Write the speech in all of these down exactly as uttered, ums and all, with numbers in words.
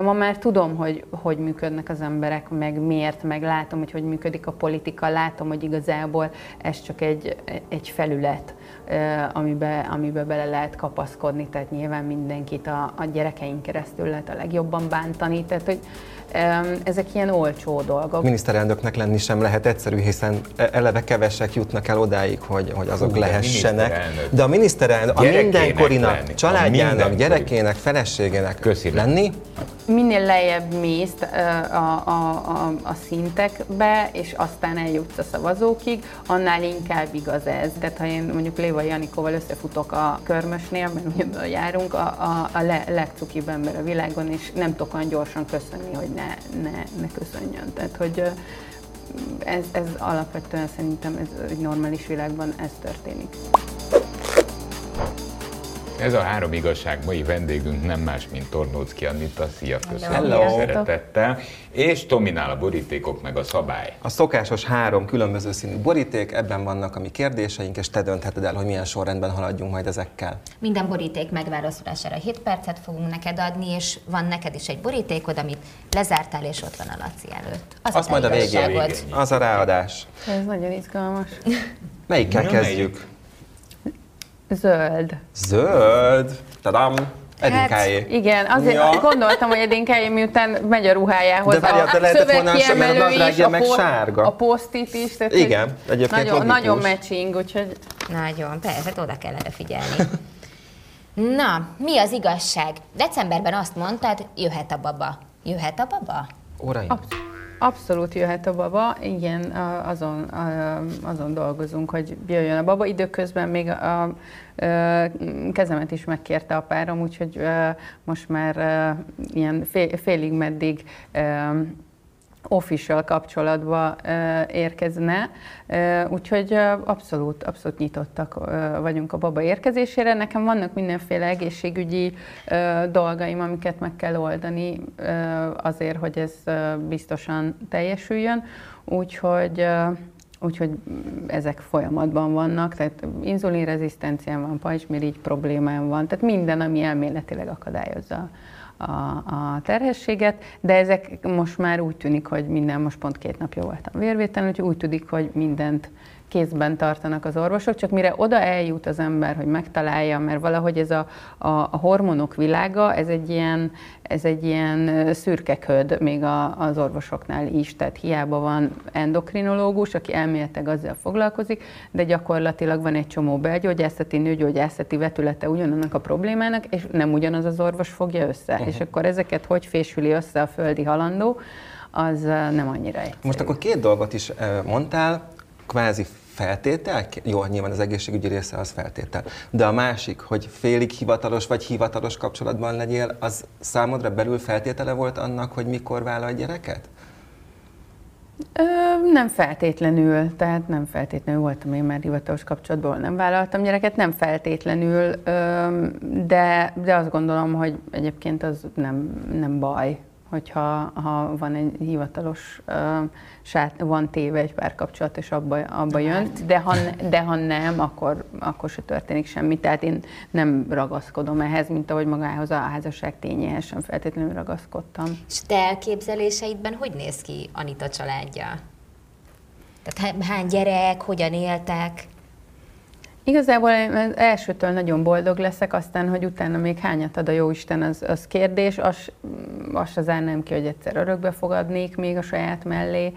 Ma már tudom, hogy hogy működnek az emberek, meg miért, meg látom, hogy hogy működik a politika, látom, hogy igazából ez csak egy, egy felület, amiben, amiben bele lehet kapaszkodni, tehát nyilván mindenkit a, a gyerekeink keresztül lehet a legjobban bántani, tehát hogy ezek ilyen olcsó dolgok. Miniszterelnöknek lenni sem lehet egyszerű, hiszen eleve kevesek jutnak el odáig, hogy, hogy azok Hú, lehessenek. De a miniszterelnök a mindenkorinak, lenni. családjának, a mindenkori. gyerekének, feleségének Köszönöm. lenni. Minél lejjebb mész a, a, a, a szintekbe, és aztán eljutsz a szavazókig, annál inkább igaz ez. Tehát ha én mondjuk Lévai Anikóval összefutok a Körmösnél, mert ugyanúgy járunk, a, a, a le, legcukibb ember a világon, és nem tudok olyan gyorsan köszönni, hogy ne, ne, ne köszönjön. Tehát, hogy ez, ez alapvetően szerintem ez, egy normális világban ez történik. Ez a három igazság mai vendégünk nem más, mint Tornóczky Anita. Szia, köszönöm Hello. szeretettel. És Tominál a borítékok meg a szabály. A szokásos három különböző színű boríték, ebben vannak a mi kérdéseink, és te döntheted el, hogy milyen sorrendben haladjunk majd ezekkel. Minden boríték megválaszolására hét percet fogunk neked adni, és van neked is egy borítékod, amit lezártál, és ott van a Laci előtt. Az Azt majd a végén. Az a ráadás. Ez nagyon izgalmas. Melyikkel Na, kezdjük? Zöld. Zöld. Tadam. Edinkájé. Hát, igen, azért ja. gondoltam, hogy Edinkájé miután megy a ruhájához. De várjál, te lehetett volna sem, mert a nadrágja meg sárga. A posztit is. Tehát igen, egyébként nagyon, nagyon matching, úgyhogy... Nagyon, persze, oda kell erre figyelni. Na, mi az igazság? Decemberben azt mondtad, jöhet a baba. Jöhet a baba? Uraim. Abszolút. Abszolút jöhet a baba, igen, azon, azon dolgozunk, hogy jöjjön a baba. Időközben még a, a kezemet is megkérte a párom, úgyhogy most már ilyen félig meddig official kapcsolatba érkezne, úgyhogy abszolút, abszolút nyitottak vagyunk a baba érkezésére. Nekem vannak mindenféle egészségügyi dolgaim, amiket meg kell oldani azért, hogy ez biztosan teljesüljön, úgyhogy Úgyhogy ezek folyamatban vannak, tehát inzulinrezisztenciám van, pajzsmirigy problémám van, tehát minden, ami elméletileg akadályozza a, a terhességet, de ezek most már úgy tűnik, hogy minden, most pont két napja voltam vérvételen, úgyhogy úgy tűnik, hogy mindent kézben tartanak az orvosok, csak mire oda eljut az ember, hogy megtalálja, mert valahogy ez a, a, a hormonok világa, ez egy ilyen, ez egy ilyen szürke köd még a, az orvosoknál is, tehát hiába van endokrinológus, aki elméletileg azzal foglalkozik, de gyakorlatilag van egy csomó belgyógyászati, nőgyógyászati vetülete ugyanannak a problémának, és nem ugyanaz az orvos fogja össze. Uh-huh. És akkor ezeket hogy fésüli össze a földi halandó, az nem annyira egyszerű. Most akkor két dolgot is mondtál, kvázi feltétel, jó, nyilván az egészségügyi része az feltétel, de a másik, hogy félig hivatalos vagy hivatalos kapcsolatban legyél, az számodra belül feltétele volt annak, hogy mikor vállal gyereket? Ö, nem feltétlenül, tehát nem feltétlenül voltam én már hivatalos kapcsolatból, nem vállaltam gyereket, nem feltétlenül, ö, de, de azt gondolom, hogy egyébként az nem, nem baj, hogyha ha van egy hivatalos, uh, sát, van téve egy párkapcsolat, és abba, abba jön, de ha, de ha nem, akkor, akkor se történik semmi. Tehát én nem ragaszkodom ehhez, mint ahogy magához a házasság tényéhez sem feltétlenül ragaszkodtam. És te elképzeléseidben hogy néz ki Anita családja? Tehát hány gyerek, hogyan éltek? Igazából én elsőtől nagyon boldog leszek, aztán, hogy utána még hányat ad a jóisten, az, az kérdés. Azt az se zárnám ki, hogy egyszer örökbe fogadnék még a saját mellé.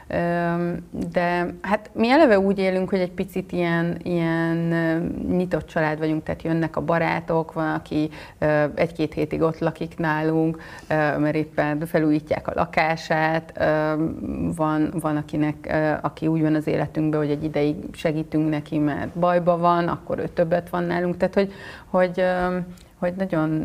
De hát mi eleve úgy élünk, hogy egy picit ilyen, ilyen nyitott család vagyunk, tehát jönnek a barátok, van, aki egy-két hétig ott lakik nálunk, mert éppen felújítják a lakását, van, van akinek, aki úgy van az életünkben, hogy egy ideig segítünk neki, mert bajba van, akkor ő többet van nálunk, tehát hogy, hogy, hogy nagyon,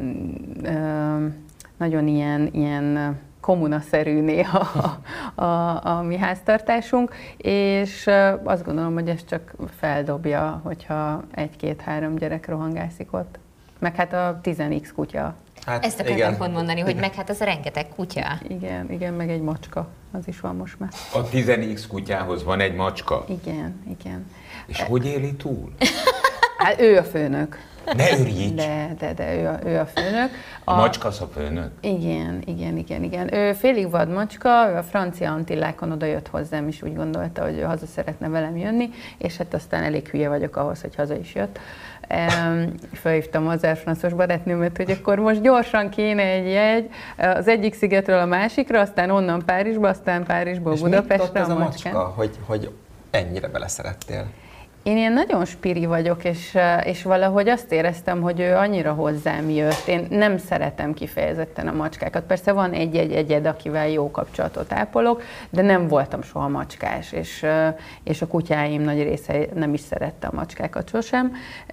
nagyon ilyen, ilyen kommunaszerű néha a, a, a mi háztartásunk, és azt gondolom, hogy ez csak feldobja, hogyha egy-két-három gyerek rohangászik ott. Meg hát a tíz x kutya. Hát, ezt akartam pont mondani, hogy meg hát az a rengeteg kutya. Igen, igen, meg egy macska, az is van most már. A tíz x kutyához van egy macska? Igen, igen. És e... hogy éli túl? Hát ő a főnök. Ne őrjíts! De, de, de ő a, ő a főnök. A, a macskasz a főnök? Igen, igen, igen, igen. Ő félig vad macska, ő a francia Antillákon oda jött hozzám, és úgy gondolta, hogy ő haza szeretne velem jönni, és hát aztán elég hülye vagyok ahhoz, hogy haza is jött. Um, felhívtam az Air France-os barátnőmet, hogy akkor most gyorsan kéne egy jegy az egyik szigetről a másikra, aztán onnan Párizsba, aztán Párizsból és Budapestre ez a a macskán. macska, hogy, hogy ennyire beleszerettél? Én ilyen nagyon spiri vagyok, és, és valahogy azt éreztem, hogy ő annyira hozzám jött. Én nem szeretem kifejezetten a macskákat. Persze van egy-egy egyed, akivel jó kapcsolatot ápolok, de nem voltam soha macskás, és, és a kutyáim nagy része nem is szerette a macskákat sosem.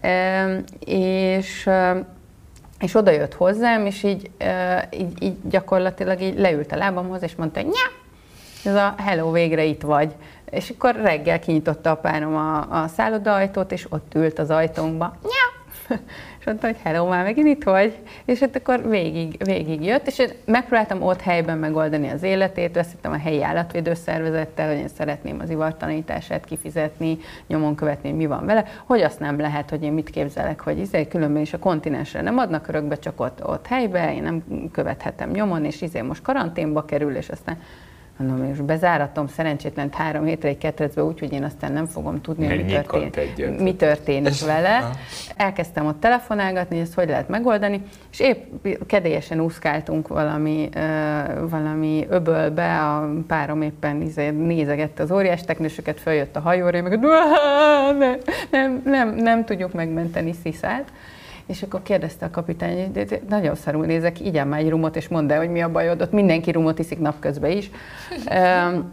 És és oda jött hozzám, és így, így, így gyakorlatilag így leült a lábamhoz, és mondta, hogy nyá, ez a hello, végre itt vagy. És akkor reggel kinyitotta a párom a, a szállodaajtót, és ott ült az ajtónkba. Nyá! És mondta, hogy hello, már megint itt vagy. És hát akkor végig, végig jött, és én megpróbáltam ott helyben megoldani az életét, beszéltem a helyi állatvédőszervezettel, hogy én szeretném az ivartanítását kifizetni, nyomon követni, hogy mi van vele, hogy azt nem lehet, hogy én mit képzelek, hogy izé, különben is a kontinensre nem adnak örökbe, csak ott, ott helybe, én nem követhetem nyomon, és izé most karanténba kerül, és aztán mondom, és bezáratom szerencsétlent három hétre egy ketrecbe, úgyhogy én aztán nem fogom tudni, hogy mi történik, mi történik vele. Elkezdtem ott telefonálgatni, hogy ezt hogy lehet megoldani, és épp kedélyesen úszkáltunk valami, uh, valami öbölbe, a párom éppen nézegette az óriás teknősöket, följött a hajóra, meg nem, nem, nem, nem tudjuk megmenteni Sziszát. És akkor kérdezte a kapitány, hogy nagyon szarul nézek, igyál már egy rumot, és mondd el, hogy mi a bajod, ott mindenki rumot iszik napközben is. um,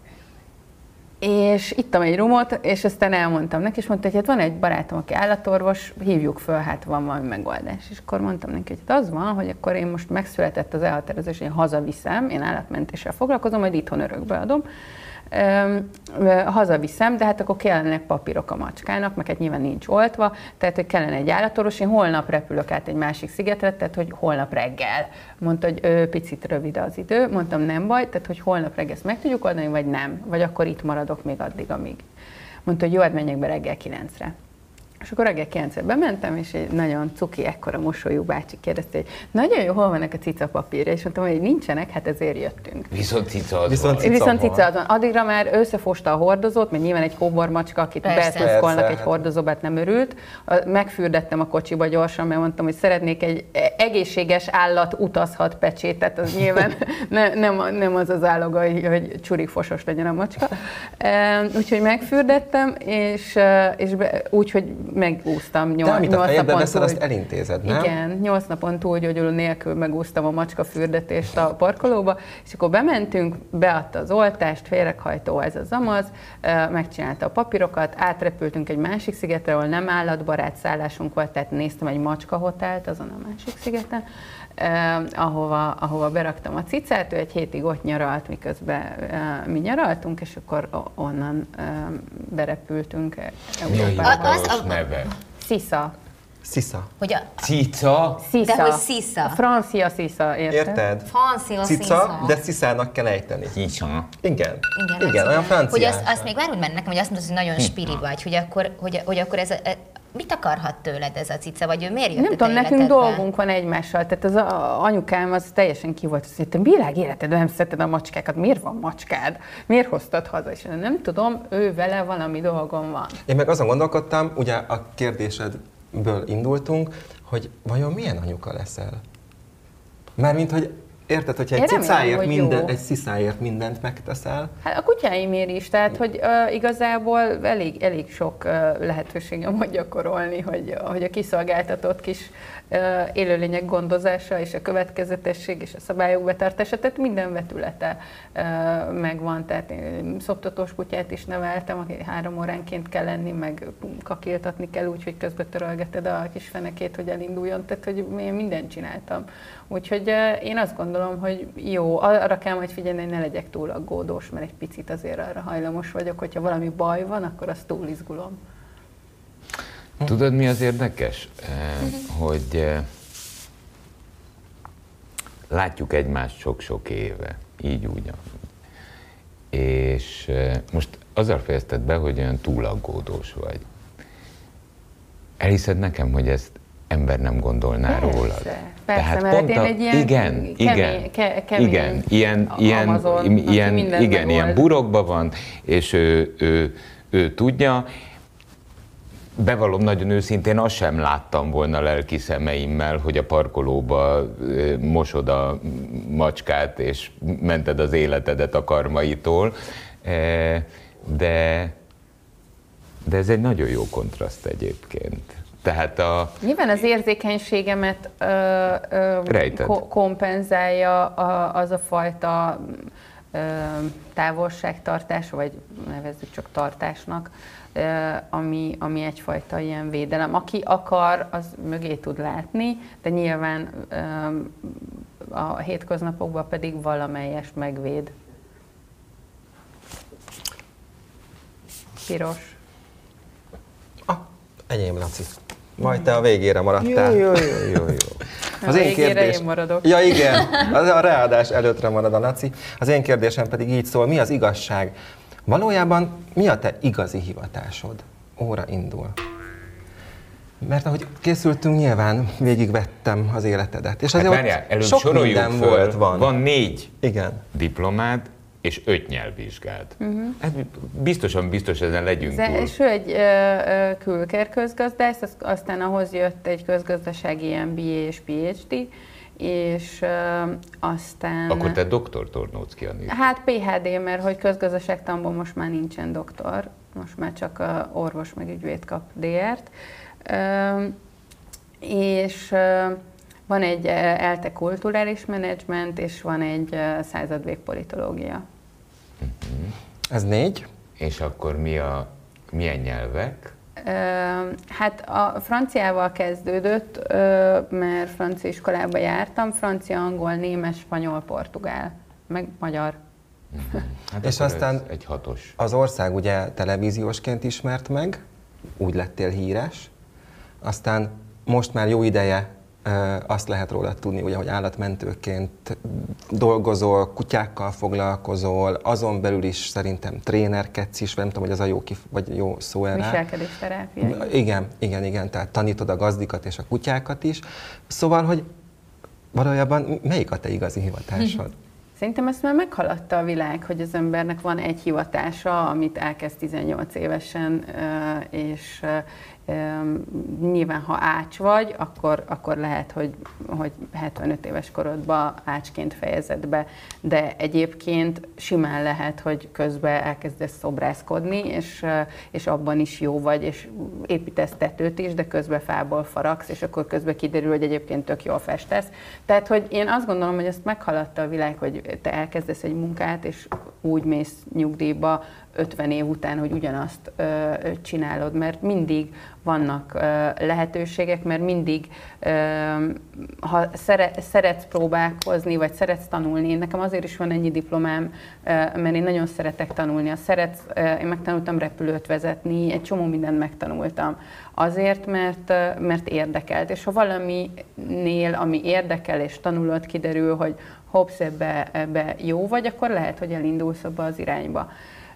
és ittam egy rumot, és aztán elmondtam neki, és mondta, hogy hát van egy barátom, aki állatorvos, hívjuk föl, hát van valami megoldás. És akkor mondtam neki, hogy hát az van, hogy akkor én most megszületett az elhatározás, én hazaviszem, én állatmentéssel foglalkozom, majd itthon örökbe adom. Hazaviszem, de hát akkor kellenek papírok a macskának, meg hát nyilván nincs oltva, tehát hogy kellene egy állatorvos, én holnap repülök át egy másik szigetre, tehát hogy holnap reggel. Mondta, hogy ő, picit rövid az idő, mondtam nem baj, tehát hogy holnap reggel ezt meg tudjuk oldani, vagy nem, vagy akkor itt maradok még addig, amíg. Mondta, hogy jó, hát menjek be reggel kilencre. És akkor reggel kilencre bementem, és egy nagyon cuki, ekkora mosolyú bácsi kérdezte, hogy nagyon jó, hol vannak a cicapapírja, és mondtam, hogy nincsenek, hát ezért jöttünk. Viszont cica az Viszont van. cica Viszont van. cica az van. Addigra már összefosta a hordozót, mert nyilván egy kóbormacska, akit beltuszkolnak egy hordozóbát, nem örült. Megfürdettem a kocsiba gyorsan, mert mondtam, hogy szeretnék egy egészséges állat utazhat pecsétet, az nyilván ne, nem, nem az az áloga, hogy csurikfosos legyen a macska. Úgyhogy megfürdettem, és, és úgy, hogy megúsztam nyolc, De amit a fejedbe veszel, túl, azt elintézed, nem? Igen, nyolc napon túlgyógyuló nélkül megúsztam a macska fürdetést a parkolóba, és akkor bementünk, beadta az oltást, féreghajtó, ez az amaz, megcsinálta a papírokat, átrepültünk egy másik szigetre, ahol nem állatbarát szállásunk volt, tehát néztem egy macska hotelt azon a másik szigeten, eh, ahova, ahova beraktam a cicát, ő egy hétig ott nyaralt, miközben eh, mi nyaraltunk, és akkor onnan eh, berepültünk Európába. Mi a hivatalos neve? Szisza. Szisza. Hogy a Cica? Szisza. De hogy szisza. A francia szisza, érted? Érted? Francia Cica, szisza. de sziszának kell ejteni. Cica. Igen. Igen, Igen, hát olyan Hogy franciás. azt, azt még várj meg nekem, hogy azt mondod, hogy nagyon spiri vagy, hogy akkor, hogy, hogy akkor ez a, mit akarhat tőled ez a cica, vagy ő miért jött Nem a te tudom, nekünk életedbe? dolgunk van egymással, tehát az a, anyukám az teljesen ki volt, hogy te világ életedben nem szereted a macskákat, miért van macskád, miért hoztad haza, és én nem tudom, ő vele valami dolgom van. Én meg azon gondolkodtam, ugye a kérdésedből indultunk, hogy vajon milyen anyuka leszel? Mármint, hogy érted, hogyha egy Én remélem, cicáért, hogy minden, jó. egy sziszáért mindent megteszel, Hát a kutyáimért is, tehát hogy uh, igazából elég, elég sok uh, lehetőségem van gyakorolni, hogy, hogy a kiszolgáltatott kis uh, élőlények gondozása és a következetesség és a szabályok betartása, tehát minden vetülete uh, megvan. Tehát én szoptatós kutyát is neveltem, aki három óránként kell lenni, meg kakiltatni kell úgy, hogy közben törölgeted a kis fenekét, hogy elinduljon, tehát hogy én mindent csináltam. Úgyhogy uh, én azt gondolom, hogy jó, arra kell majd figyelni, hogy ne legyek túl aggódós, mert egy picit azért arra hajlamos vagyok, hogyha valami baj van, akkor azt túl izgulom. Tudod, mi az érdekes? Eh, hogy eh, látjuk egymást sok-sok éve, így úgy. És eh, most azzal fejezted be, hogy olyan túl aggódós vagy. Elhiszed nekem, hogy ezt ember nem gondolná Persze, rólad. persze, Tehát mert pont én a, egy ilyen igen, kemény, igen, ke, kemény igen, ilyen, ilyen, Amazon, ilyen, aki igen, ilyen burokban van, és ő, ő, ő tudja. Bevallom nagyon őszintén, azt sem láttam volna lelki szemeimmel, hogy a parkolóba mosod a macskát, és mented az életedet a karmaitól, de, de ez egy nagyon jó kontraszt egyébként. Tehát a... Nyilván az érzékenységemet ö, ö, ko- kompenzálja a, az a fajta ö, távolságtartás, vagy nevezzük csak tartásnak, ö, ami, ami egyfajta ilyen védelem. Aki akar, az mögé tud látni, de nyilván ö, a hétköznapokban pedig valamelyest megvéd. Piros. Ah, enyém, Laci. Majd te a végére maradtál. Jó, jó, jó, jó, jó. Az én kérdés... én maradok. Ja, igen, az a readás előttre marad a Laci. Az én kérdésem pedig így szól, mi az igazság? Valójában mi a te igazi hivatásod? Óra indul. Mert ahogy készültünk, nyilván végigvettem az életedet. És azért hát várjál, előbb sok soroljuk minden föl, volt, van. Van négy igen. diplomád, és öt nyelvvizsgád. Uh-huh. Hát biztosan, biztos ezen legyünk Az túl. első egy ö, ö, külkérközgazdász, az, aztán ahhoz jött egy közgazdasági em bé á és pé há dé, és ö, aztán... Akkor te doktor Tornóczky Anita. Hát pé há dé, mert hogy közgazdaságtanból most már nincsen doktor, most már csak a orvos meg ügyvéd kap dé er-t. Ö, és ö, van egy ELTE kulturális menedzsment, és van egy századvég politológia. Uh-huh. Ez négy. És akkor mi a, milyen nyelvek? Hát a franciával kezdődött, mert francia iskolába jártam, francia, angol, német, spanyol, portugál, meg magyar. Uh-huh. Hát és aztán egy hatos. Az ország ugye televíziósként ismert meg, úgy lettél híres, aztán most már jó ideje azt lehet rólad tudni, ugye, hogy állatmentőként dolgozol, kutyákkal foglalkozol, azon belül is szerintem trénerkedsz is, nem tudom, hogy az a jó, kif- vagy jó szó erre. Viselkedésterápia. Igen, igen, igen, tehát tanítod a gazdikat és a kutyákat is. Szóval, hogy valójában melyik a te igazi hivatásod? Szerintem ezt már meghaladta a világ, hogy az embernek van egy hivatása, amit elkezd tizennyolc évesen, és nyilván, ha ács vagy, akkor, akkor lehet, hogy, hogy hetvenöt éves korodban ácsként fejezed be, de egyébként simán lehet, hogy közben elkezdesz szobrászkodni, és, és abban is jó vagy, és építesz tetőt is, de közben fából faragsz, és akkor közben kiderül, hogy egyébként tök jól festesz. Tehát, hogy én azt gondolom, hogy ezt meghaladta a világ, hogy te elkezdesz egy munkát, és úgy mész nyugdíjba ötven év után, hogy ugyanazt ö, csinálod, mert mindig vannak ö, lehetőségek, mert mindig, ö, ha szere, szeretsz próbálkozni, vagy szeretsz tanulni, nekem azért is van ennyi diplomám, ö, mert én nagyon szeretek tanulni. Ha szeretsz, ö, én megtanultam repülőt vezetni, egy csomó mindent megtanultam. Azért, mert, ö, mert érdekelt. És ha valaminél, ami érdekel, és tanulod, kiderül, hogy hoppsz, ebbe, ebbe jó vagy, akkor lehet, hogy elindulsz abba az irányba.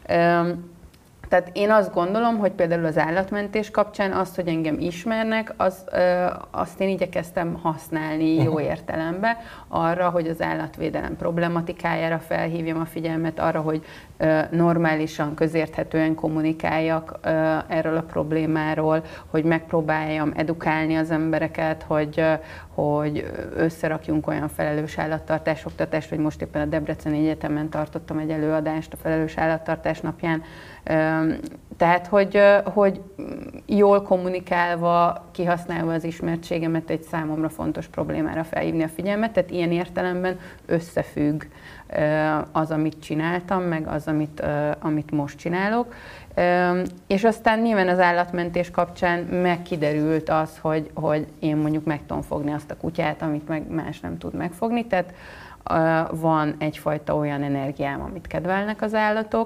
Tehát én azt gondolom, hogy például az állatmentés kapcsán azt, hogy engem ismernek, az, azt én igyekeztem használni jó értelemben arra, hogy az állatvédelem problematikájára felhívjam a figyelmet, arra, hogy normálisan, közérthetően kommunikáljak erről a problémáról, hogy megpróbáljam edukálni az embereket, hogy, hogy összerakjunk olyan felelős állattartás oktatást, hogy most éppen a Debreceni Egyetemen tartottam egy előadást a felelős állattartás napján. Tehát, hogy, hogy jól kommunikálva, kihasználva az ismertségemet egy számomra fontos problémára felhívni a figyelmet, tehát ilyen értelemben összefügg az, amit csináltam, meg az, amit, amit most csinálok. És aztán nyilván az állatmentés kapcsán megkiderült az, hogy, hogy én mondjuk meg tudom fogni azt a kutyát, amit meg más nem tud megfogni, tehát van egyfajta olyan energiám, amit kedvelnek az állatok,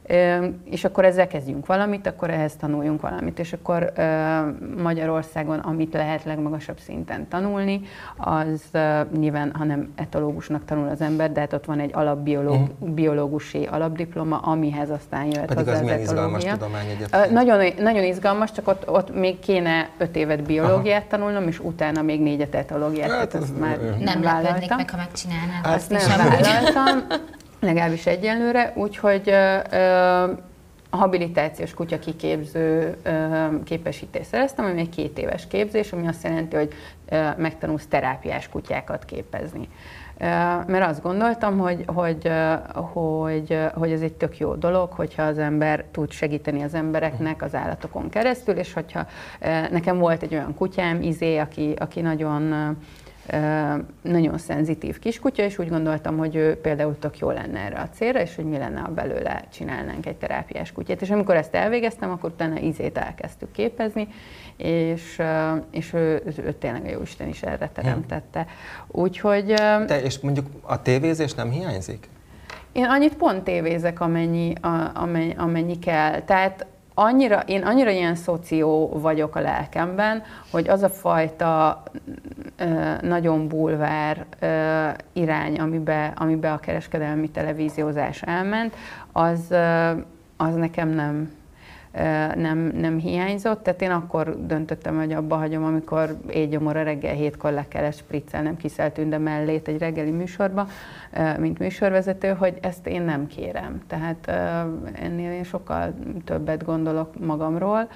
És akkor ezzel kezdjünk valamit, akkor ehhez tanuljunk valamit. És akkor Magyarországon, amit lehet legmagasabb szinten tanulni, az nyilván, ha nem etológusnak tanul az ember, de hát ott van egy alapbiológusi uh-huh. alapdiploma, amihez aztán jöhet pedig hozzá az, az milyen etológia. Izgalmas tudomány egyébként. Nagyon, nagyon izgalmas, csak ott, ott még kéne öt évet biológiát Aha. tanulnom, és utána még négyet etológiát, hát, tehát azt már nem nem lepődnék meg, ha megcsinálnád. Azt, azt nem vállaltam, legalábbis egyenlőre, úgyhogy ö, a habilitációs kutya kiképző ö, képesítést szereztem, ami egy két éves képzés, ami azt jelenti, hogy ö, megtanulsz terápiás kutyákat képezni. Ö, mert azt gondoltam, hogy, hogy, hogy, hogy ez egy tök jó dolog, hogyha az ember tud segíteni az embereknek az állatokon keresztül, és hogyha ö, nekem volt egy olyan kutyám, Izé, aki, aki nagyon nagyon szenzitív kiskutya, és úgy gondoltam, hogy ő például tök jó lenne erre a célra, és hogy mi lenne, ha belőle csinálnánk egy terápiás kutyát. És amikor ezt elvégeztem, akkor utána Izét elkezdtük képezni, és, és ő, ő tényleg a Jóisten is erre teremtette. Úgyhogy... Te, és mondjuk a tévézés nem hiányzik? Én annyit pont tévézek, amennyi, amennyi, amennyi kell. Tehát Annyira, én annyira ilyen szoció vagyok a lelkemben, hogy az a fajta ö, nagyon bulvár ö, irány, amibe, amibe a kereskedelmi televíziózás elment, az, ö, az nekem nem, ö, nem, nem hiányzott. Tehát én akkor döntöttem, hogy abba hagyom, amikor éjgyomorra reggel hétkor le kellett spriccelnem Kiszel Tünde mellét egy reggeli műsorba, mint műsorvezető, hogy ezt én nem kérem. Tehát ennél én sokkal többet gondolok magamról,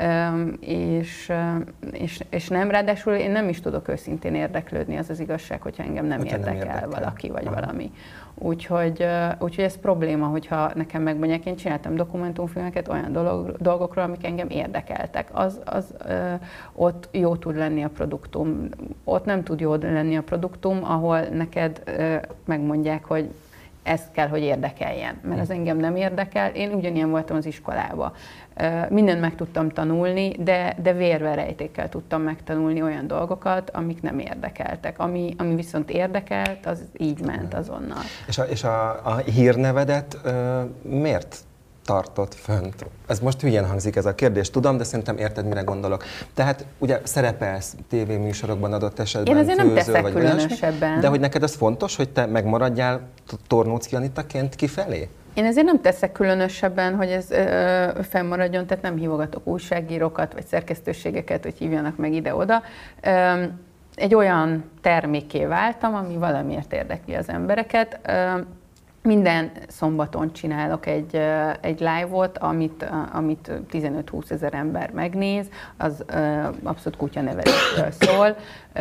és, és, és nem, ráadásul én nem is tudok őszintén érdeklődni, az az igazság, hogyha engem nem, érdekel, nem érdekel valaki vagy Aha. valami. Úgyhogy, úgyhogy ez probléma, hogyha nekem megmondják, én csináltam dokumentumfilmeket olyan dolog, dolgokról, amik engem érdekeltek. Az, az ö, ott jó tud lenni a produktum. Ott nem tud jó lenni a produktum, ahol neked ö, megmondják, hogy ezt kell, hogy érdekeljen, mert az engem nem érdekel. Én ugyanilyen voltam az iskolában. Mindent meg tudtam tanulni, de, de vérverejtékkel tudtam megtanulni olyan dolgokat, amik nem érdekeltek. Ami, ami viszont érdekelt, az így ment azonnal. És a, és a, a hírnevedet ö, miért tartott fönt? Ez most hülyén hangzik ez a kérdés, tudom, de szerintem érted, mire gondolok. Tehát ugye szerepelsz tévéműsorokban adott esetben, én azért nem teszek vagy különösebben. De hogy neked az fontos, hogy te megmaradjál Tornócz Janitaként kifelé? Én ezért nem teszek különösebben, hogy ez ö, fennmaradjon, tehát nem hívogatok újságírókat, vagy szerkesztőségeket, hogy hívjanak meg ide-oda. Ö, egy olyan termékké váltam, ami valamiért érdekli az embereket. Ö, Minden szombaton csinálok egy, egy live-ot, amit, amit tizenöt-húsz ezer ember megnéz, az abszolút kutyanevelésről szól.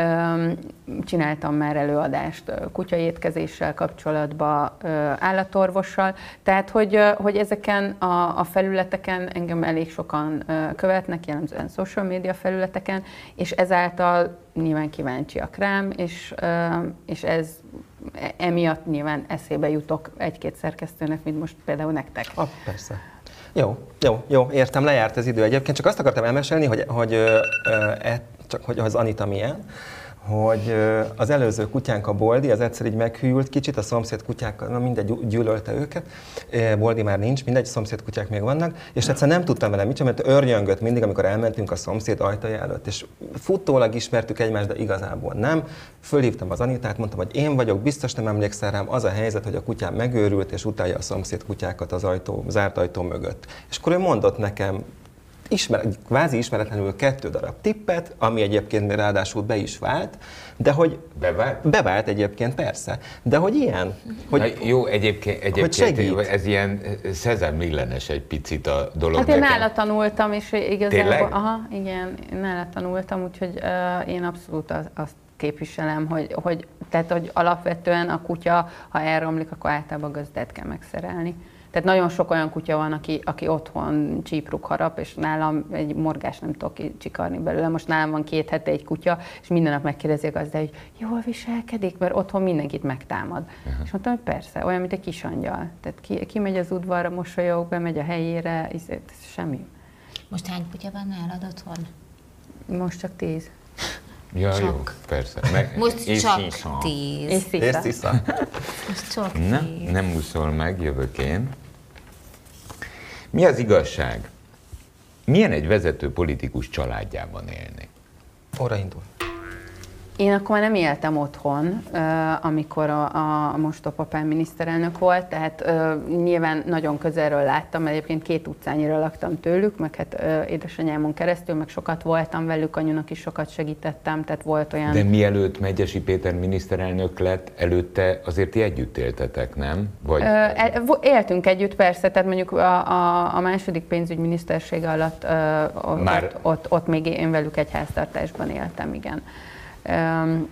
Csináltam már előadást kutyaétkezéssel kapcsolatban, állatorvossal, tehát hogy, hogy ezeken a, a felületeken engem elég sokan követnek, jellemzően social media felületeken, és ezáltal nyilván kíváncsiak rám, és, és ez emiatt nyilván eszébe jutok egy-két szerkesztőnek, mint most például nektek. Ah, persze. Jó, jó, jó, értem, lejárt az idő egyébként, csak azt akartam elmesélni, hogy, hogy, ö, e, csak, hogy az Anita milyen, hogy az előző kutyánk, a Boldi, az egyszer így meghűlt kicsit, a szomszéd kutyák, na mindegy, gyűlölte őket, Boldi már nincs, mindegy, szomszéd kutyák még vannak, és egyszer nem tudtam vele mit sem, mert örjöngött mindig, amikor elmentünk a szomszéd ajtaja előtt, és futólag ismertük egymást, de igazából nem. Fölhívtam az Anitát, mondtam, hogy én vagyok, biztos nem emlékszel rám, az a helyzet, hogy a kutyám megőrült, és utálja a szomszéd kutyákat az ajtó, zárt ajtó mögött. És akkor ő mondott nekem, Ismer, kvázi ismeretlenül kettő darab tippet, ami egyébként még ráadásul be is vált, de hogy... Bevált? Bevált egyébként, persze. De hogy ilyen? Hogy, Na, jó, egyébként, egyébként ez ilyen Szezár Millenes egy picit a dolog. Hát én nála tanultam, és igazából... Tényleg? Aha, igen, nála tanultam, úgyhogy uh, én abszolút az, azt képviselem, hogy, hogy, tehát, hogy alapvetően a kutya, ha elromlik, akkor általában gazdát kell megszerelni. Tehát nagyon sok olyan kutya van, aki, aki otthon csípruk harap, és nálam egy morgás nem tudok csikarni belőle. Most nálam van két hete egy kutya, és minden nap megkérdezi a gazda, hogy jól viselkedik, mert otthon mindenkit megtámad. Uh-huh. És mondtam, hogy persze, olyan, mint egy kis angyal. Tehát ki, ki megy az udvarra, mosolyog, bemegy a helyére, ez semmi. Most hány kutya van nálad otthon? Most csak tíz. Ja, csak. Jó, persze. Meg, Most és csak szisza. tíz. És szisza. És szisza. Most csak nem, tíz. nem úszol meg, jövök én. Mi az igazság? Milyen egy vezető politikus családjában élni? Óra indul. Én akkor már nem éltem otthon, amikor a, a most a papám miniszterelnök volt, tehát nyilván nagyon közelről láttam, mert egyébként két utcányira laktam tőlük, meg hát édesanyámon keresztül, meg sokat voltam velük, anyunak is sokat segítettem, tehát volt olyan... De mielőtt Megyesi Péter miniszterelnök lett, előtte azért ti együtt éltetek, nem? Vagy... Éltünk együtt, persze, tehát mondjuk a, a, a második pénzügyminisztersége alatt ott, Már... ott, ott, ott még én velük egy háztartásban éltem, igen. Um,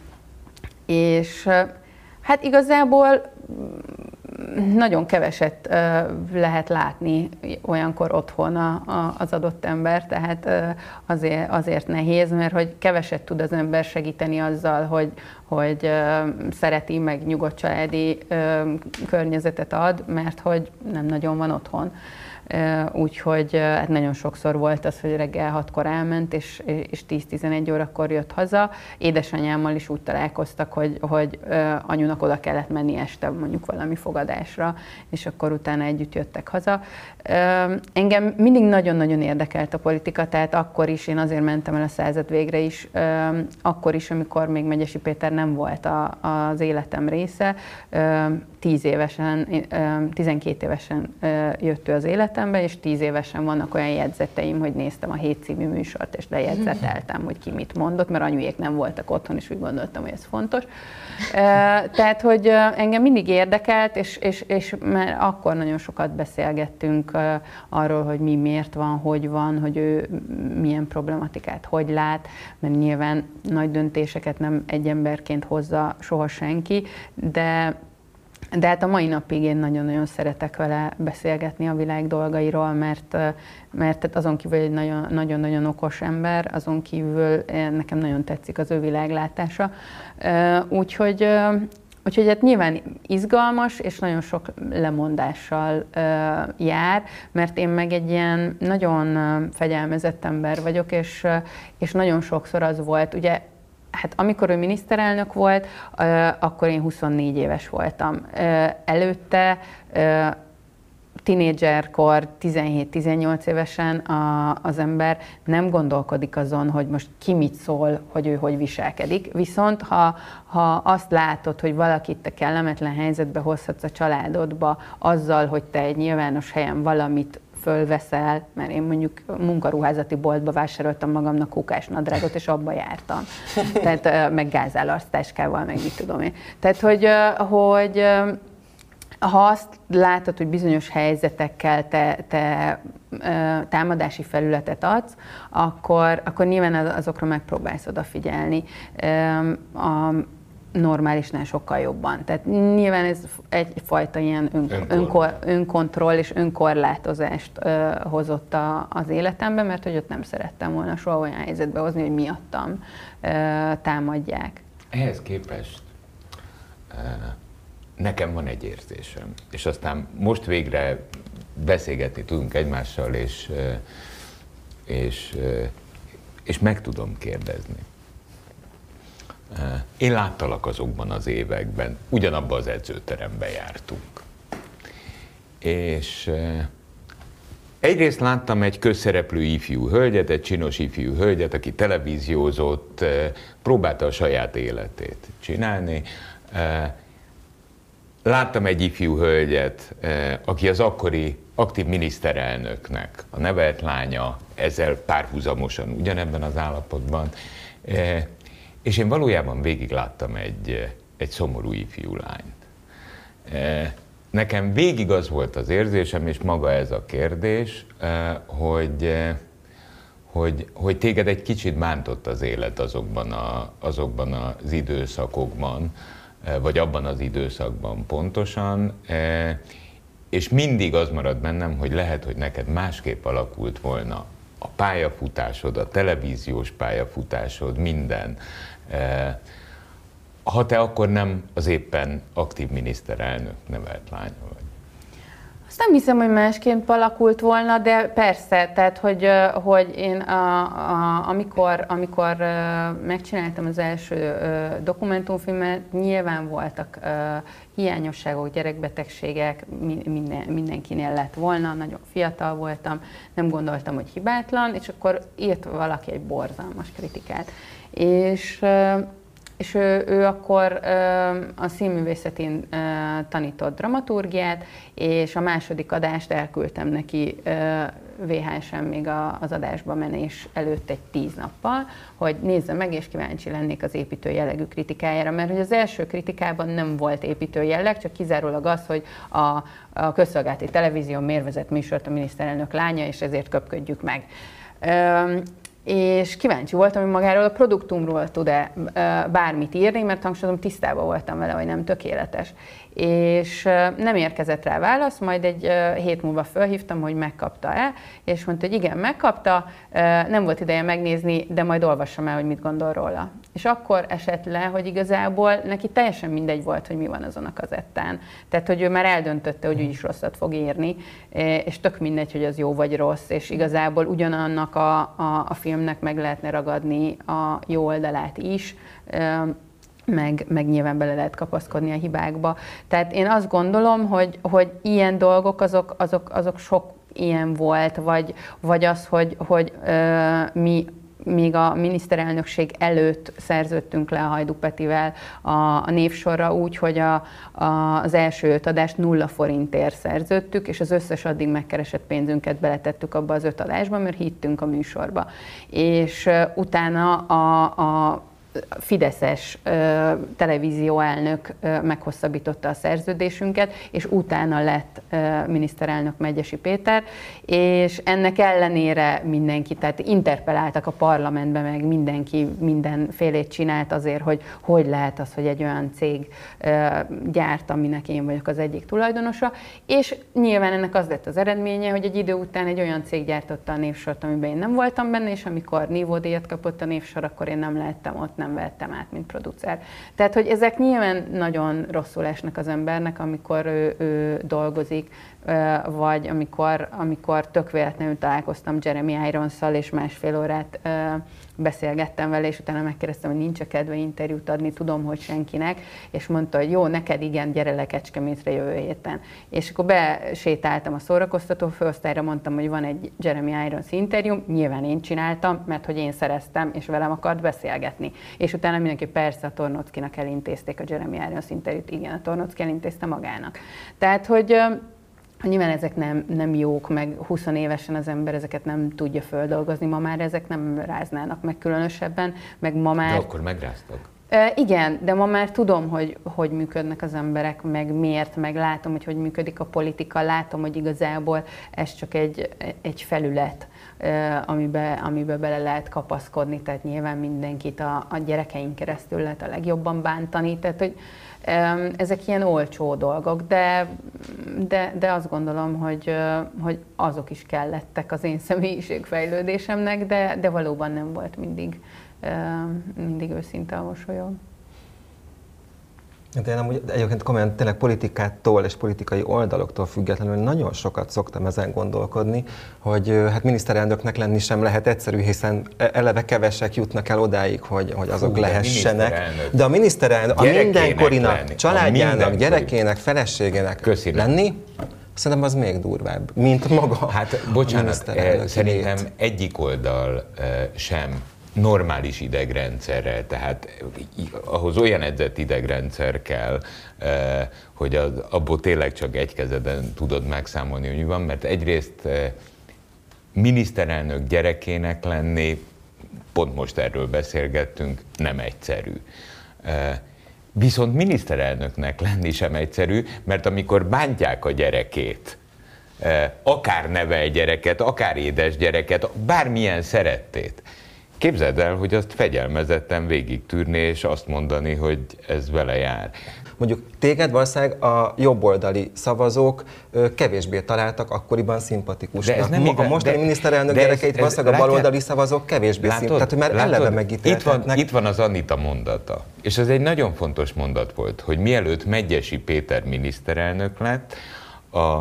és hát igazából nagyon keveset uh, lehet látni olyankor otthon a, a, az adott ember, tehát uh, azért, azért nehéz, mert hogy keveset tud az ember segíteni azzal, hogy, hogy uh, szereti, meg nyugodt családi uh, környezetet ad, mert hogy nem nagyon van otthon. Úgyhogy hát nagyon sokszor volt az, hogy reggel hatkor elment, és, és tíz-tizenegy órakor jött haza. Édesanyámmal is úgy találkoztak, hogy, hogy anyunak oda kellett menni este mondjuk valami fogadásra, és akkor utána együtt jöttek haza. Engem mindig nagyon-nagyon érdekelt a politika, tehát akkor is, én azért mentem el a század végre is, akkor is, amikor még Megyesi Péter nem volt a, az életem része, tíz évesen, tizenkét évesen jött ő az életembe, és tíz évesen vannak olyan jegyzeteim, hogy néztem a Hét című műsort, és lejegyzeteltem, hogy ki mit mondott, mert anyujék nem voltak otthon, és úgy gondoltam, hogy ez fontos. Tehát, hogy engem mindig érdekelt, és, és, és már akkor nagyon sokat beszélgettünk arról, hogy mi miért van, hogy van, hogy ő milyen problematikát hogy lát, mert nyilván nagy döntéseket nem egy emberként hozza soha senki, de De hát a mai napig én nagyon-nagyon szeretek vele beszélgetni a világ dolgairól, mert, mert azon kívül egy nagyon, nagyon-nagyon okos ember, azon kívül nekem nagyon tetszik az ő világlátása. Úgyhogy, úgyhogy hát nyilván izgalmas és nagyon sok lemondással jár, mert én meg egy ilyen nagyon fegyelmezett ember vagyok, és, és nagyon sokszor az volt, ugye, hát amikor ő miniszterelnök volt, akkor én huszonnégy éves voltam. Előtte tinédzserkor, tizenhét-tizennyolc évesen a, az ember nem gondolkodik azon, hogy most ki mit szól, hogy ő hogy viselkedik. Viszont ha, ha azt látod, hogy valakit te kellemetlen helyzetbe hozhatsz a családodba azzal, hogy te egy nyilvános helyen valamit fölveszel, mert én mondjuk munkaruházati boltba vásároltam magamnak kukásnadrágot, és abba jártam. Tehát meg gázálasztáskával, meg mit tudom én. Tehát, hogy, hogy ha azt látod, hogy bizonyos helyzetekkel te, te támadási felületet adsz, akkor, akkor nyilván azokra megpróbálsz odafigyelni. A normálisnál sokkal jobban. Tehát nyilván ez egyfajta ilyen ön, önkor, önkontroll és önkorlátozást ö, hozott a, az életembe, mert hogy ott nem szerettem volna soha olyan helyzetbe hozni, hogy miattam ö, támadják. Ehhez képest nekem van egy érzésem, és aztán most végre beszélgetni tudunk egymással, és, és, és meg tudom kérdezni. Én láttalak azokban az években, ugyanabban az edzőteremben jártunk. És egyrészt láttam egy közszereplő ifjú hölgyet, egy csinos ifjú hölgyet, aki televíziózott, próbálta a saját életét csinálni. Láttam egy ifjú hölgyet, aki az akkori aktív miniszterelnöknek a nevelt lánya, ezzel párhuzamosan ugyanebben az állapotban. És én valójában végig láttam egy, egy szomorú ifjú lányt. Nekem végig az volt az érzésem, és maga ez a kérdés, hogy, hogy, hogy téged egy kicsit bántott az élet azokban, a, azokban az időszakokban, vagy abban az időszakban pontosan, és mindig az marad bennem, hogy lehet, hogy neked másképp alakult volna a pályafutásod, a televíziós pályafutásod, minden. Ha te akkor nem az éppen aktív miniszterelnök nevelt lánya vagy. Azt nem hiszem, hogy másként alakult volna, de persze, tehát hogy, hogy én a, a, amikor, amikor megcsináltam az első dokumentumfilmet, nyilván voltak hiányosságok, gyerekbetegségek, minden, mindenkinél lett volna, nagyon fiatal voltam, nem gondoltam, hogy hibátlan, és akkor írt valaki egy borzalmas kritikát. És És ő, ő akkor a színművészetén tanított dramaturgiát, és a második adást elküldtem neki vé há es en még az adásba menés előtt egy tíz nappal, hogy nézze meg, és kíváncsi lennék az építő jellegű kritikájára, mert hogy az első kritikában nem volt építő jelleg, csak kizárólag az, hogy a, a közszolgálati televízió miért vezet műsort a miniszterelnök lánya, és ezért köpködjük meg. És kíváncsi voltam, hogy magáról a produktumról tud-e bármit írni, mert hangsúlyozom, tisztában voltam vele, hogy nem tökéletes. És nem érkezett rá válasz, majd egy hét múlva fölhívtam, hogy megkapta-e, és mondta, hogy igen, megkapta, nem volt ideje megnézni, de majd olvassam el, hogy mit gondol róla. És akkor esett le, hogy igazából neki teljesen mindegy volt, hogy mi van azon a kazettán. Tehát, hogy ő már eldöntötte, hogy úgyis rosszat fog írni, és tök mindegy, hogy az jó vagy rossz, és igazából ugyanannak a, a, a filmnek meg lehetne ragadni a jó oldalát is, Meg, meg nyilván bele lehet kapaszkodni a hibákba. Tehát én azt gondolom, hogy, hogy ilyen dolgok, azok, azok, azok sok ilyen volt, vagy, vagy az, hogy, hogy ö, mi még a miniszterelnökség előtt szerződtünk le a Hajdú Petivel a, a névsorra úgy, hogy a, a, az első öt adást nulla forintért szerződtük, és az összes addig megkeresett pénzünket beletettük abba az öt adásba, mert hittünk a műsorba. És uh, utána a, a fideszes ö, televízióelnök ö, meghosszabbította a szerződésünket, és utána lett ö, miniszterelnök Megyesi Péter, és ennek ellenére mindenki, tehát interpelláltak a parlamentbe, meg mindenki mindenfélét csinált azért, hogy hogy lehet az, hogy egy olyan cég ö, gyárt, aminek én vagyok az egyik tulajdonosa, és nyilván ennek az lett az eredménye, hogy egy idő után egy olyan cég gyártotta a névsort, amiben én nem voltam benne, és amikor nívódíjat kapott a névsor, akkor én nem lehettem ott, nem vettem át, mint producer. Tehát, hogy ezek nyilván nagyon rosszul esnek az embernek, amikor ő, ő dolgozik, vagy amikor, amikor tök véletlenül találkoztam Jeremy Irons-szal, és másfél órát beszélgettem vele, és utána megkérdeztem, hogy nincs-e kedve interjút adni, tudom, hogy senkinek, és mondta, hogy jó, neked igen, gyere le Kecskemétre jövő héten. És akkor besétáltam a szórakoztató főosztályra, mondtam, hogy van egy Jeremy Irons interjú, nyilván én csináltam, mert hogy én szereztem, és velem akart beszélgetni. És utána mindenki persze a Tornockinak elintézték a Jeremy Irons interjút, igen, a Tornocki elintézte magának. Tehát, hogy nyilván ezek nem, nem jók, meg húsz évesen az ember ezeket nem tudja földolgozni, ma már ezek nem ráznának meg különösebben, meg ma már... De akkor megráztak. E, igen, de ma már tudom, hogy hogy működnek az emberek, meg miért, meg látom, hogy hogy működik a politika, látom, hogy igazából ez csak egy, egy felület, amiben, amiben bele lehet kapaszkodni, tehát nyilván mindenkit a, a gyerekeink keresztül lehet a legjobban bántani, tehát hogy ezek ilyen olcsó dolgok, de, de, de azt gondolom, hogy, hogy azok is kellettek az én személyiségfejlődésemnek, de, de valóban nem volt mindig, mindig őszinte a mosolyom. De én amúgy egyébként komolyan tényleg politikától és politikai oldaloktól függetlenül nagyon sokat szoktam ezen gondolkodni, hogy hát miniszterelnöknek lenni sem lehet egyszerű, hiszen eleve kevesek jutnak el odáig, hogy, hogy azok Hú, lehessenek. De a miniszterelnök a mindenkorinak, lenni. családjának, a mindenkori. gyerekének, feleségének Köszönöm. lenni, szerintem az még durvább, mint maga Hát bocsánat, szerintem lét. egyik oldal sem normális idegrendszerrel, tehát ahhoz olyan edzett idegrendszer kell, hogy az, abból tényleg csak egy kezeden tudod megszámolni, hogy mi van, mert egyrészt miniszterelnök gyerekének lenni, pont most erről beszélgettünk, nem egyszerű. Viszont miniszterelnöknek lenni sem egyszerű, mert amikor bántják a gyerekét, akár nevel gyereket, akár édes gyereket, bármilyen szerettét, képzeld el, hogy azt fegyelmezetten végigtűrni, és azt mondani, hogy ez vele jár. Mondjuk téged valószínűleg a jobboldali szavazók kevésbé találtak akkoriban szimpatikusnak. Nem Maga mostani de, miniszterelnök de gyerekeit ez, valószínűleg a baloldali szavazók kevésbé szimpatikusnak. Tehát, hogy már látod, eleve megítéltetnek. Itt van, itt van az Anita mondata, és ez egy nagyon fontos mondat volt, hogy mielőtt Megyesi Péter miniszterelnök lett, a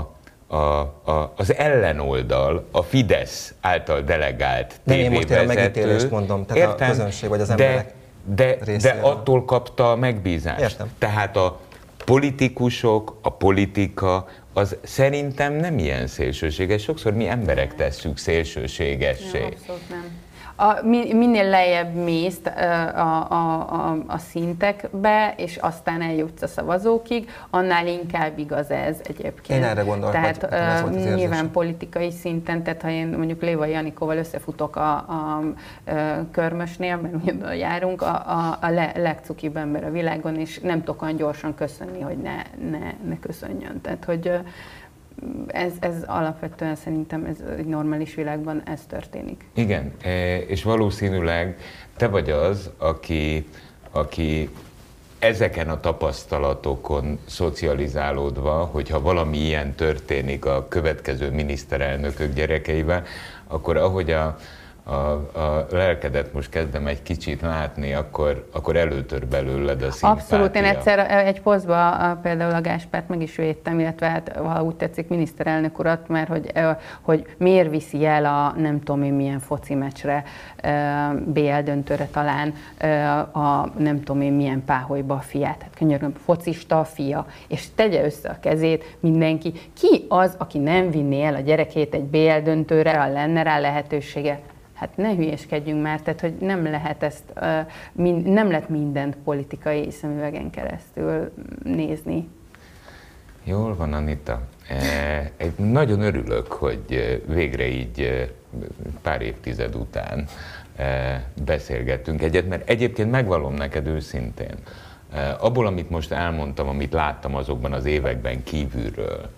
a, a, az ellenoldal, a Fidesz által delegált Nem, én most tévévezető. a megítélést mondom, tehát Értem, a közönség vagy az de, emberek de, de részéről. attól kapta a megbízást. Értem. Tehát a politikusok, a politika, az szerintem nem ilyen szélsőséges. Sokszor mi emberek tesszük szélsőségessé. Nem, abszolút nem. A, minél lejjebb mész a, a, a, a szintekbe, és aztán eljutsz a szavazókig, annál inkább igaz ez egyébként. Én erre gondolok, tehát hogy ez volt az nyilván érzésem. politikai szinten, tehát ha én mondjuk Lévai Anikóval összefutok a, a, a Körmösnél, mert ugyanúgy járunk, a, a, a le, legcukibb ember a világon, és nem tudok olyan gyorsan köszönni, hogy ne, ne, ne köszönjön. Tehát, hogy Ez, ez alapvetően szerintem ez egy normális világban ez történik. Igen, és valószínűleg te vagy az, aki, aki ezeken a tapasztalatokon szocializálódva, hogyha valami ilyen történik a következő miniszterelnökök gyerekeivel, akkor ahogy a, a, a lelkedet most kezdem egy kicsit látni, akkor, akkor előtör belőled a szimpátia. Abszolút, én egyszer egy posztba például a Gáspárt meg is védtem, illetve hát, ha úgy tetszik, miniszterelnök urat, mert hogy, hogy miért viszi el a nem tudom én milyen foci meccsre, bé el döntőre talán a nem tudom én milyen páholyba a fiát. Hát könyörgöm, focista a fia, és tegye össze a kezét mindenki. Ki az, aki nem vinné el a gyerekét egy bé el döntőre, ha lenne rá lehetősége? Hát ne hülyéskedjünk már, tehát hogy nem lehet ezt, nem lehet mindent politikai szemüvegen keresztül nézni. Jól van, Anita. Egy nagyon örülök, hogy végre így pár évtized után beszélgettünk egyet, mert egyébként megvallom neked őszintén, abból, amit most elmondtam, amit láttam azokban az években kívülről,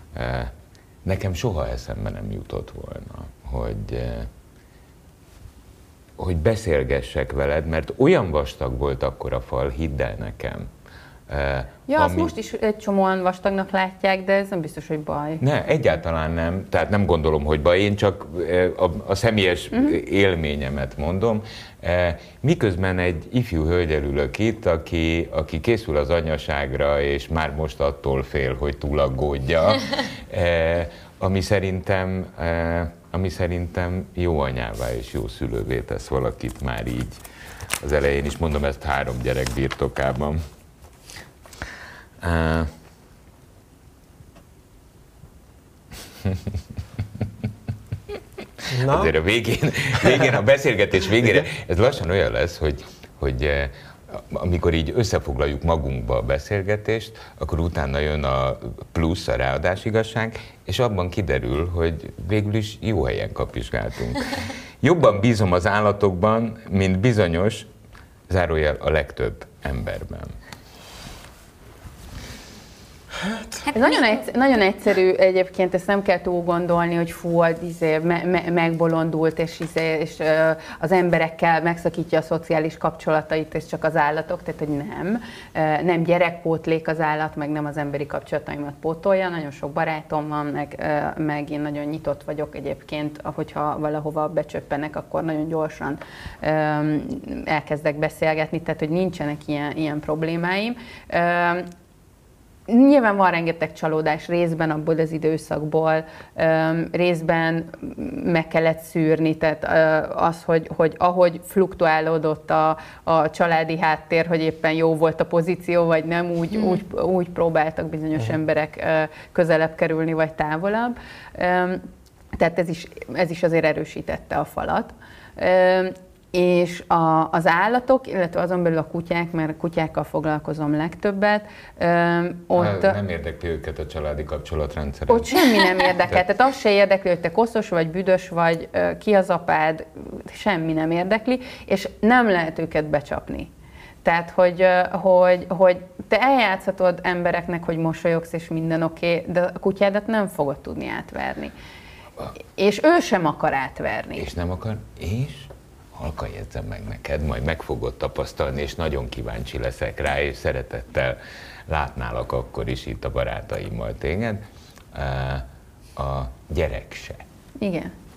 nekem soha eszembe nem jutott volna, hogy hogy beszélgessek veled, mert olyan vastag volt akkor a fal, hidd el nekem. Ja, ami... azt most is egy csomóan vastagnak látják, de ez nem biztos, hogy baj. Ne, egyáltalán nem. Tehát nem gondolom, hogy baj. Én csak a, a személyes uh-huh. élményemet mondom. Miközben egy ifjú hölgyel ülök itt, aki, aki készül az anyaságra, és már most attól fél, hogy túlaggódja, ami szerintem... ami szerintem jó anyává és jó szülővé tesz valakit már így. Az elején is mondom ezt három gyerek birtokában. Uh. Na? Azért a végén, végén, a beszélgetés végére, ez lassan olyan lesz, hogy, hogy amikor így összefoglaljuk magunkba a beszélgetést, akkor utána jön a plusz, a ráadás igazság, és abban kiderül, hogy végül is jó helyen kapizsgáltunk. Jobban bízom az állatokban, mint bizonyos, zárójel a legtöbb emberben. Hát ez nagyon, egyszer, nagyon egyszerű egyébként, ezt nem kell túl gondolni, hogy fú, izé, me, me, megbolondult, és, izé, és uh, az emberekkel megszakítja a szociális kapcsolatait, és csak az állatok, tehát hogy nem. Uh, nem gyerekpótlék az állat, meg nem az emberi kapcsolataimat pótolja. Nagyon sok barátom van, meg, uh, meg én nagyon nyitott vagyok egyébként, hogyha valahova becsöppenek, akkor nagyon gyorsan um, elkezdek beszélgetni, tehát hogy nincsenek ilyen, ilyen problémáim. Uh, Nyilván van rengeteg csalódás részben abból az időszakból, részben meg kellett szűrni, tehát az, hogy, hogy ahogy fluktuálódott a, a családi háttér, hogy éppen jó volt a pozíció, vagy nem, úgy, hmm. úgy, úgy próbáltak bizonyos hmm. emberek közelebb kerülni, vagy távolabb. Tehát ez is, ez is azért erősítette a falat. És a, az állatok, illetve azon belül a kutyák, mert a kutyákkal foglalkozom legtöbbet, öm, ott... Nem érdekli őket a családi kapcsolatrendszer. Ott semmi nem érdekel. Tehát az se érdekli, hogy te koszos vagy, büdös vagy, ki az apád, semmi nem érdekli, és nem lehet őket becsapni. Tehát, hogy, hogy, hogy te eljátszhatod embereknek, hogy mosolyogsz, és minden oké, okay, de a kutyádat nem fogod tudni átverni. És ő sem akar átverni. És nem akar? És? Halkan jegyzem meg neked, majd meg fogod tapasztalni, és nagyon kíváncsi leszek rá, és szeretettel látnálak akkor is itt a barátaimmal téged. A gyerek se. Igen.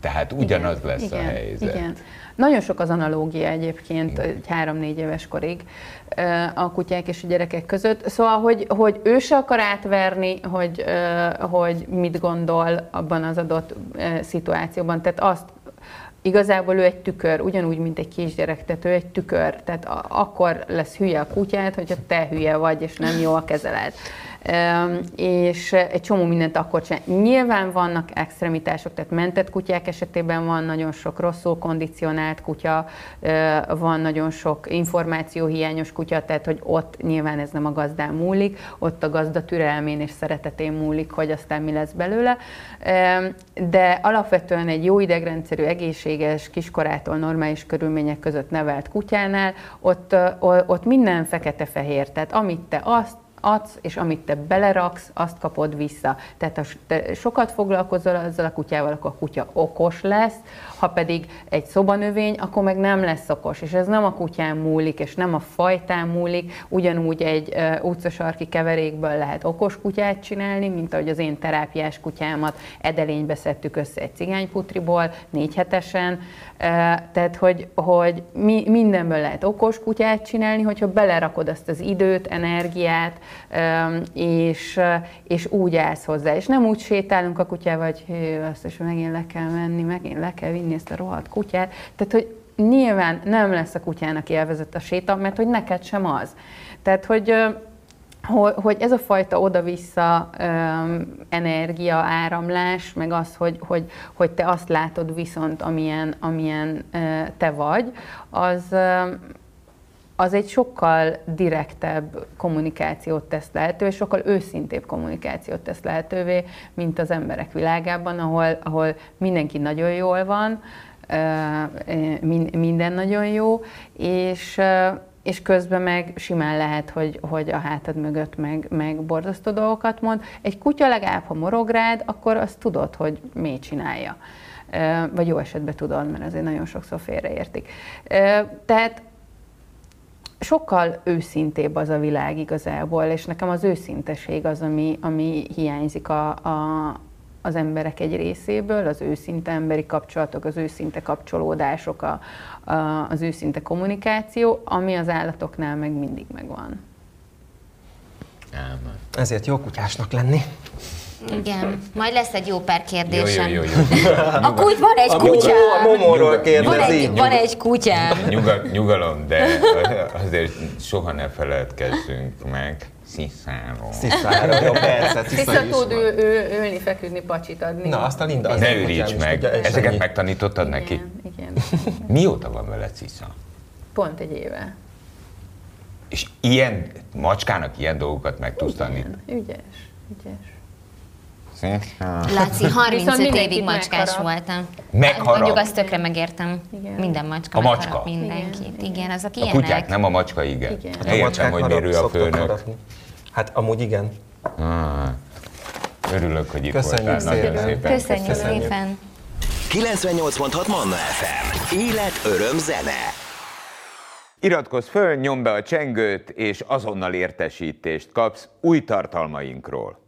Tehát ugyanaz igen, lesz igen, a helyzet. Igen. Nagyon sok az analógia egyébként egy három-négy éves korig a kutyák és a gyerekek között. Szóval, hogy, hogy ő se akar átverni, hogy, hogy mit gondol abban az adott szituációban. Tehát azt igazából ő egy tükör, ugyanúgy, mint egy kisgyerek, tehát ő egy tükör. Tehát akkor lesz hülye a kutyát, hogyha te hülye vagy, és nem jó a kezeled. Um, és egy csomó mindent akkor csinál. Nyilván vannak extremitások, tehát mentett kutyák esetében van nagyon sok rosszul kondicionált kutya, uh, van nagyon sok információhiányos kutya, tehát hogy ott nyilván ez nem a gazdán múlik, ott a gazda türelmén és szeretetén múlik, hogy aztán mi lesz belőle. Um, de alapvetően egy jó idegrendszerű, egészséges, kiskorától normális körülmények között nevelt kutyánál, ott, uh, ott minden fekete-fehér, tehát amit te azt adsz, és amit te beleraksz, azt kapod vissza. Tehát ha te sokat foglalkozol ezzel a kutyával, akkor a kutya okos lesz, ha pedig egy szobanövény, akkor meg nem lesz okos. És ez nem a kutyán múlik, és nem a fajtán múlik. Ugyanúgy egy uh, utcasarki keverékből lehet okos kutyát csinálni, mint ahogy az én terápiás kutyámat edelénybe szedtük össze egy cigányputriból, négy hetesen. Uh, tehát, hogy, hogy mi, mindenből lehet okos kutyát csinálni, hogyha belerakod azt az időt, energiát, és, és úgy állsz hozzá. És nem úgy sétálunk a kutyával, hogy hű, azt is megint le kell menni, megint le kell vinni ezt a rohadt kutyát. Tehát, hogy nyilván nem lesz a kutyának élvezett a séta, mert hogy neked sem az. Tehát, hogy hogy ez a fajta oda-vissza um, energia áramlás, meg az, hogy, hogy, hogy te azt látod viszont, amilyen, amilyen uh, te vagy, az, uh, az egy sokkal direktebb kommunikációt tesz lehetővé, és sokkal őszintébb kommunikációt tesz lehetővé, mint az emberek világában, ahol, ahol mindenki nagyon jól van, uh, minden nagyon jó, és uh, és közben meg simán lehet, hogy, hogy a hátad mögött meg, meg borzasztó dolgokat mond. Egy kutya legalább, ha morog rád, akkor azt tudod, hogy miért csinálja. Vagy jó esetben tudod, mert azért nagyon sokszor félreértik. Tehát sokkal őszintébb az a világ igazából, és nekem az őszinteség az, ami, ami hiányzik a, a, az emberek egy részéből, az őszinte emberi kapcsolatok, az őszinte kapcsolódások, a, a, az őszinte kommunikáció, ami az állatoknál meg mindig megvan. Ámen. Ezért jó kutyásnak lenni. Igen, majd lesz egy jó pár kérdésem. Jó, jó, jó, jó. A kuty, van egy kutyám! A Momóról kérdezi. Van egy, van egy kutyám! Nyugal, nyugalom, de azért soha ne feledkezzünk meg Sziszáról. Sziszáról, jó, persze. Szisza tud ő, ő, ülni, feküdni, pacsit adni. Na, azt a Linda. Az ne üríts meg! Ezeket megtanítottad igen, neki? Igen. Mióta van veled Szisza? Pont egy éve. És ilyen macskának ilyen dolgokat meg tudsz tanítani? Ügyes, ügyes. Laci, harmincöt évig macskás megharap. voltam. Megharap. Mondjuk azt tökre megértem. Igen. Minden macska A megharap macska. mindenkit. Igen, igen, azok A ilyenek. kutyák, nem a macska, igen. Igen. Hát értem, hogy miért ő a főnök. Hát amúgy igen. Ah, örülök, hogy itt Köszönjük voltál. Nagyon szépen. szépen. Köszönjük Köszönjük. szépen. kilencvennyolc pont hat Manna ef em. Élet, öröm, zene. Iratkozz föl, nyomd be a csengőt, és azonnal értesítést kapsz új tartalmainkról.